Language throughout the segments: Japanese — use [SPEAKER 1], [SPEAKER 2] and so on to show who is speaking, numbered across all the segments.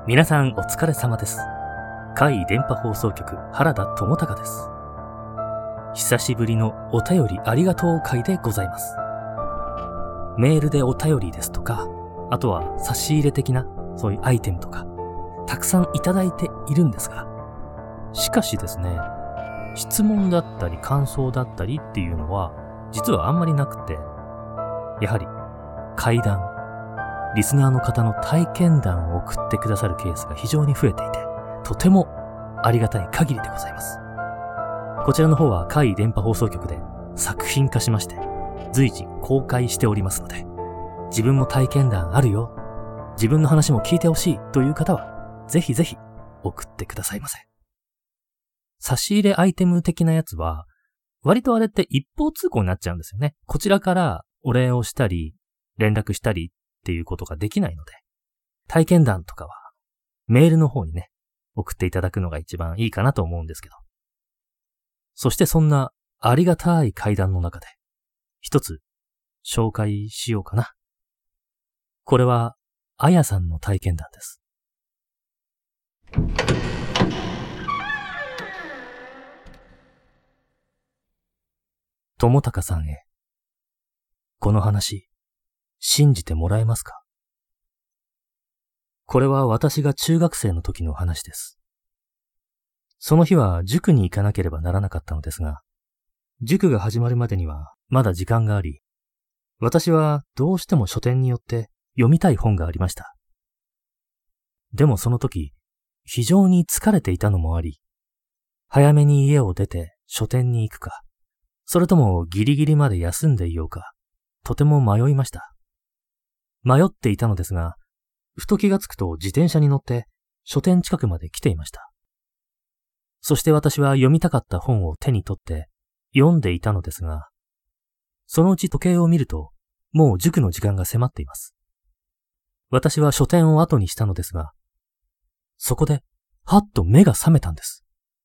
[SPEAKER 1] 皆さんお疲れ様です。怪異電波放送局原田智隆です。久しぶりのお便りありがとう会でございます。メールでお便りですとか、あとは差し入れ的なそういうアイテムとかたくさんいただいているんですが、しかしですね、質問だったり感想だったりっていうのは実はあんまりなくて、やはり怪談、リスナーの方の体験談を送ってくださるケースが非常に増えていて、とてもありがたい限りでございます。こちらの方は怪異電波放送局で作品化しまして随時公開しておりますので、自分も体験談あるよ、自分の話も聞いてほしいという方はぜひぜひ送ってくださいませ。差し入れアイテム的なやつは割とあれって一方通行になっちゃうんですよね。こちらからお礼をしたり連絡したりっていうことができないので、体験談とかはメールの方にね送っていただくのが一番いいかなと思うんですけど、そしてそんなありがたい怪談の中で一つ紹介しようかな。これはあやさんの体験談です。友高さんへ、この話信じてもらえますか？これは私が中学生の時の話です。その日は塾に行かなければならなかったのですが、塾が始まるまでにはまだ時間があり、私はどうしても書店によって読みたい本がありました。でもその時、非常に疲れていたのもあり、早めに家を出て書店に行くか、それともギリギリまで休んでいようか、とても迷いました。迷っていたのですが、ふと気がつくと自転車に乗って書店近くまで来ていました。そして私は読みたかった本を手に取って読んでいたのですが、そのうち時計を見るともう塾の時間が迫っています。私は書店を後にしたのですが、そこではっと目が覚めたんです。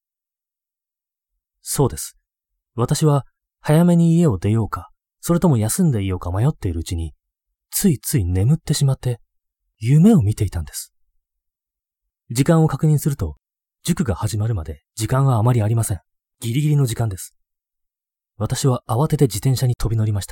[SPEAKER 1] そうです。私は早めに家を出ようか、それとも休んでいようか迷っているうちに、ついつい眠ってしまって、夢を見ていたんです。時間を確認すると、塾が始まるまで時間はあまりありません。ギリギリの時間です。私は慌てて自転車に飛び乗りました。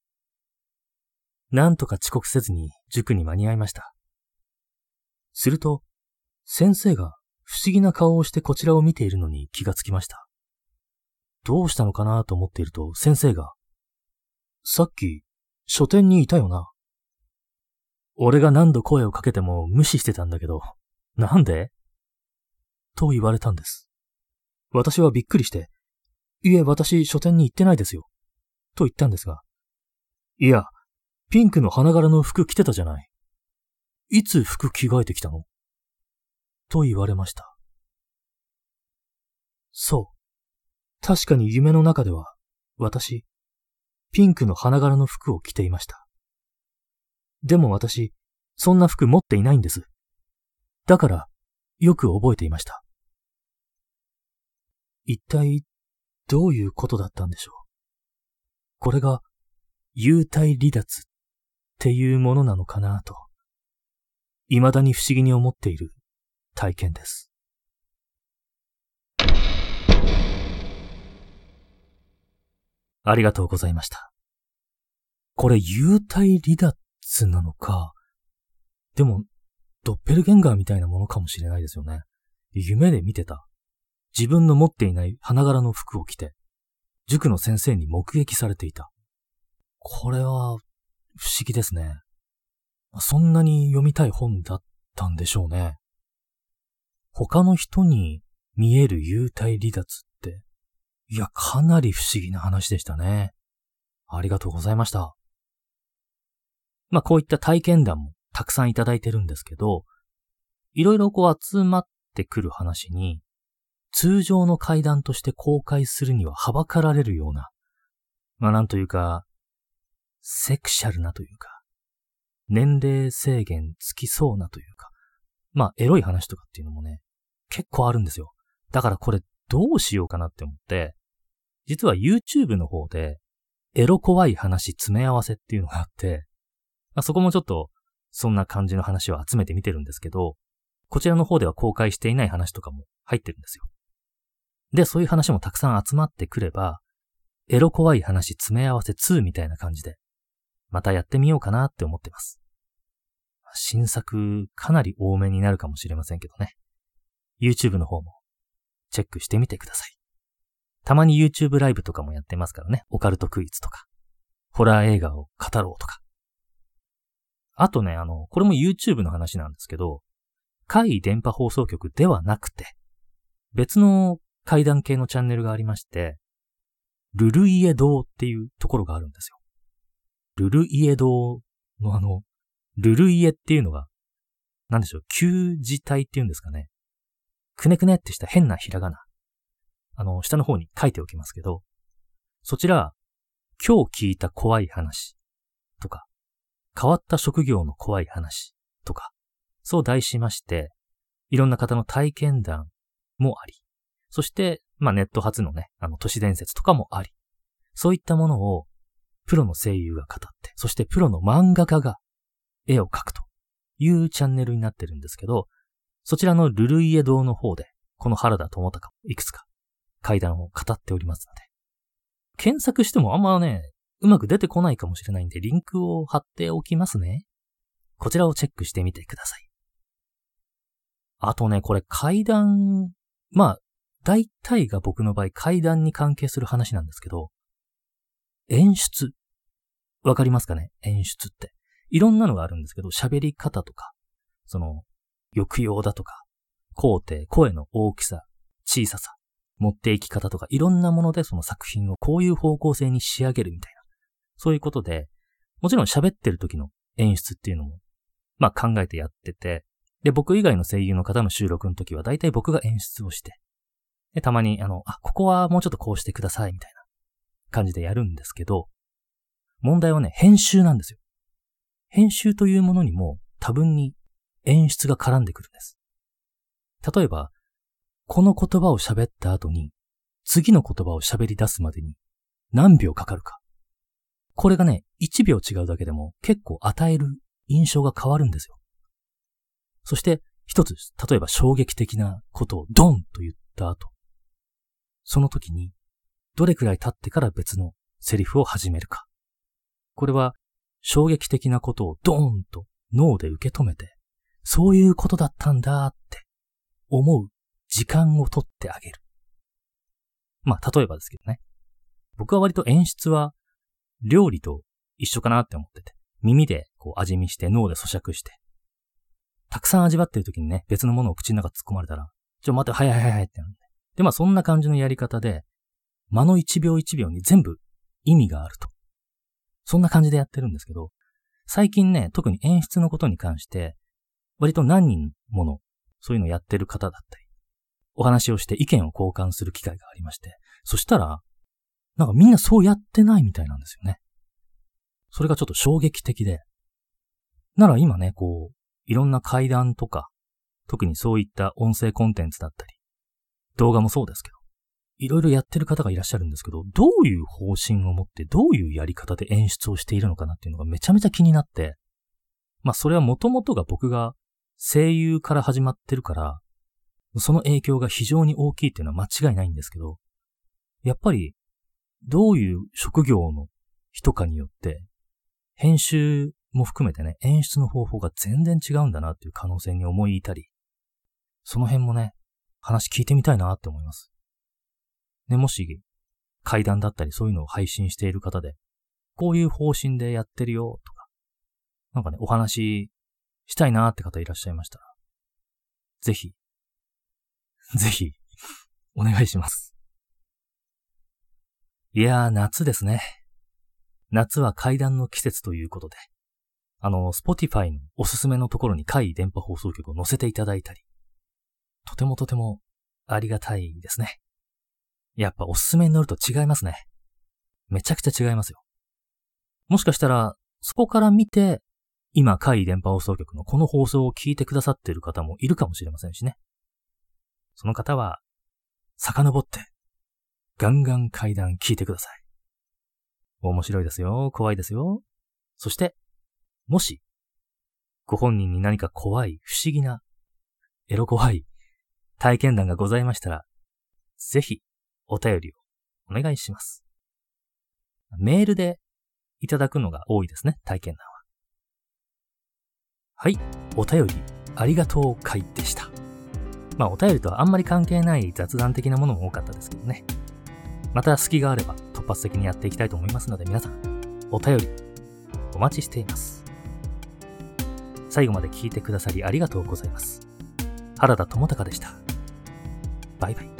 [SPEAKER 1] なんとか遅刻せずに塾に間に合いました。すると、先生が不思議な顔をしてこちらを見ているのに気がつきました。どうしたのかなと思っていると先生が、さっき書店にいたよな。俺が何度声をかけても無視してたんだけど、なんで？と言われたんです。私はびっくりして、いえ私書店に行ってないですよ。と言ったんですが、いや、ピンクの花柄の服着てたじゃない。いつ服着替えてきたの？と言われました。そう。確かに夢の中では、私、ピンクの花柄の服を着ていました。でも私、そんな服持っていないんです。だから、よく覚えていました。一体、どういうことだったんでしょう。これが、幽体離脱っていうものなのかなと、未だに不思議に思っている体験です。ありがとうございました。これ幽体離脱なのか。でも、ドッペルゲンガーみたいなものかもしれないですよね。夢で見てた。自分の持っていない花柄の服を着て、塾の先生に目撃されていた。これは、不思議ですね。そんなに読みたい本だったんでしょうね。他の人に見える幽体離脱って、いや、かなり不思議な話でしたね。ありがとうございました。こういった体験談もたくさんいただいてるんですけど、いろいろ集まってくる話に、通常の怪談として公開するにははばかられるような、なんというか、セクシャルなというか、年齢制限つきそうなというか、エロい話とかっていうのもね、結構あるんですよ。だからこれどうしようかなって思って、実は YouTube の方で、エロ怖い話詰め合わせっていうのがあって、そこもちょっとそんな感じの話を集めてみてるんですけど、 こちらの方では公開していない話とかも入ってるんですよ。で、そういう話もたくさん集まってくれば、エロ怖い話詰め合わせ2みたいな感じで、またやってみようかなって思ってます。新作かなり多めになるかもしれませんけどね。YouTube の方もチェックしてみてください。たまに YouTube ライブとかもやってますからね。オカルトクイズとか、ホラー映画を語ろうとか。あとね、これも YouTube の話なんですけど、怪異電波放送局ではなくて、別の怪談系のチャンネルがありまして、ルルイエ堂っていうところがあるんですよ。ルルイエ堂のルルイエっていうのが、なんでしょう、旧字体っていうんですかね。くねくねってした変なひらがな。下の方に書いておきますけど、そちら、今日聞いた怖い話とか、変わった職業の怖い話とか、そう題しまして、いろんな方の体験談もあり、そして、ネット初のね、都市伝説とかもあり、そういったものをプロの声優が語って、そしてプロの漫画家が絵を描くというチャンネルになってるんですけど、そちらのルルイエ堂の方で、この原田智隆もいくつか怪談を語っておりますので、検索してもあんまね、うまく出てこないかもしれないんで、リンクを貼っておきますね。こちらをチェックしてみてください。あとね、これ怪談、大体が僕の場合怪談に関係する話なんですけど、演出。わかりますかね？演出って。いろんなのがあるんですけど、喋り方とか、抑揚だとか、高低、声の大きさ、小ささ、持っていき方とか、いろんなものでその作品をこういう方向性に仕上げるみたいな。そういうことで、もちろん喋ってる時の演出っていうのも、考えてやってて、で、僕以外の声優の方の収録の時は大体僕が演出をして、で、たまにここはもうちょっとこうしてくださいみたいな感じでやるんですけど、問題はね、編集なんですよ。編集というものにも多分に演出が絡んでくるんです。例えば、この言葉を喋った後に、次の言葉を喋り出すまでに何秒かかるか。これがね、1秒違うだけでも結構与える印象が変わるんですよ。そして一つ、例えば衝撃的なことをドンと言った後、その時にどれくらい経ってから別のセリフを始めるか。これは衝撃的なことをドーンと脳で受け止めて、そういうことだったんだって思う時間を取ってあげる。例えばですけどね。僕は割と演出は料理と一緒かなって思ってて、耳で味見して脳で咀嚼して、たくさん味わってる時にね、別のものを口の中突っ込まれたら、待って、はいってなるんで。で、そんな感じのやり方で、間の1秒1秒に全部意味があると。そんな感じでやってるんですけど、最近ね、特に演出のことに関して、割と何人もの、そういうのをやってる方だったり、お話をして意見を交換する機会がありまして、そしたら、みんなそうやってないみたいなんですよね。それがちょっと衝撃的で。なら今ね、いろんな怪談とか、特にそういった音声コンテンツだったり、動画もそうですけど、いろいろやってる方がいらっしゃるんですけど、どういう方針を持ってどういうやり方で演出をしているのかなっていうのがめちゃめちゃ気になって、それはもともとが僕が声優から始まってるから、その影響が非常に大きいっていうのは間違いないんですけど、やっぱりどういう職業の人かによって、編集も含めてね、演出の方法が全然違うんだなっていう可能性に思い至り、その辺もね、話聞いてみたいなって思います。ね、もし、怪談だったりそういうのを配信している方で、こういう方針でやってるよとか、お話したいなって方いらっしゃいましたら、ぜひ、お願いします。いやー、夏ですね。夏は怪談の季節ということで、Spotify のおすすめのところに怪異電波放送局を載せていただいたり、とてもありがたいですね。やっぱおすすめに乗ると違いますね。めちゃくちゃ違いますよ。もしかしたら、そこから見て、今怪異電波放送局のこの放送を聞いてくださっている方もいるかもしれませんしね。その方は、遡って、ガンガン怪談聞いてください。面白いですよ。怖いですよ。そして、もし、ご本人に何か怖い、不思議なエロ怖い体験談がございましたら、ぜひお便りをお願いします。メールでいただくのが多いですね、体験談は。はい、お便りありがとう会でした。お便りとはあんまり関係ない雑談的なものも多かったですけどね。また隙があれば突発的にやっていきたいと思いますので、皆さん、お便りお待ちしています。最後まで聞いてくださりありがとうございます。原田智隆でした。バイバイ。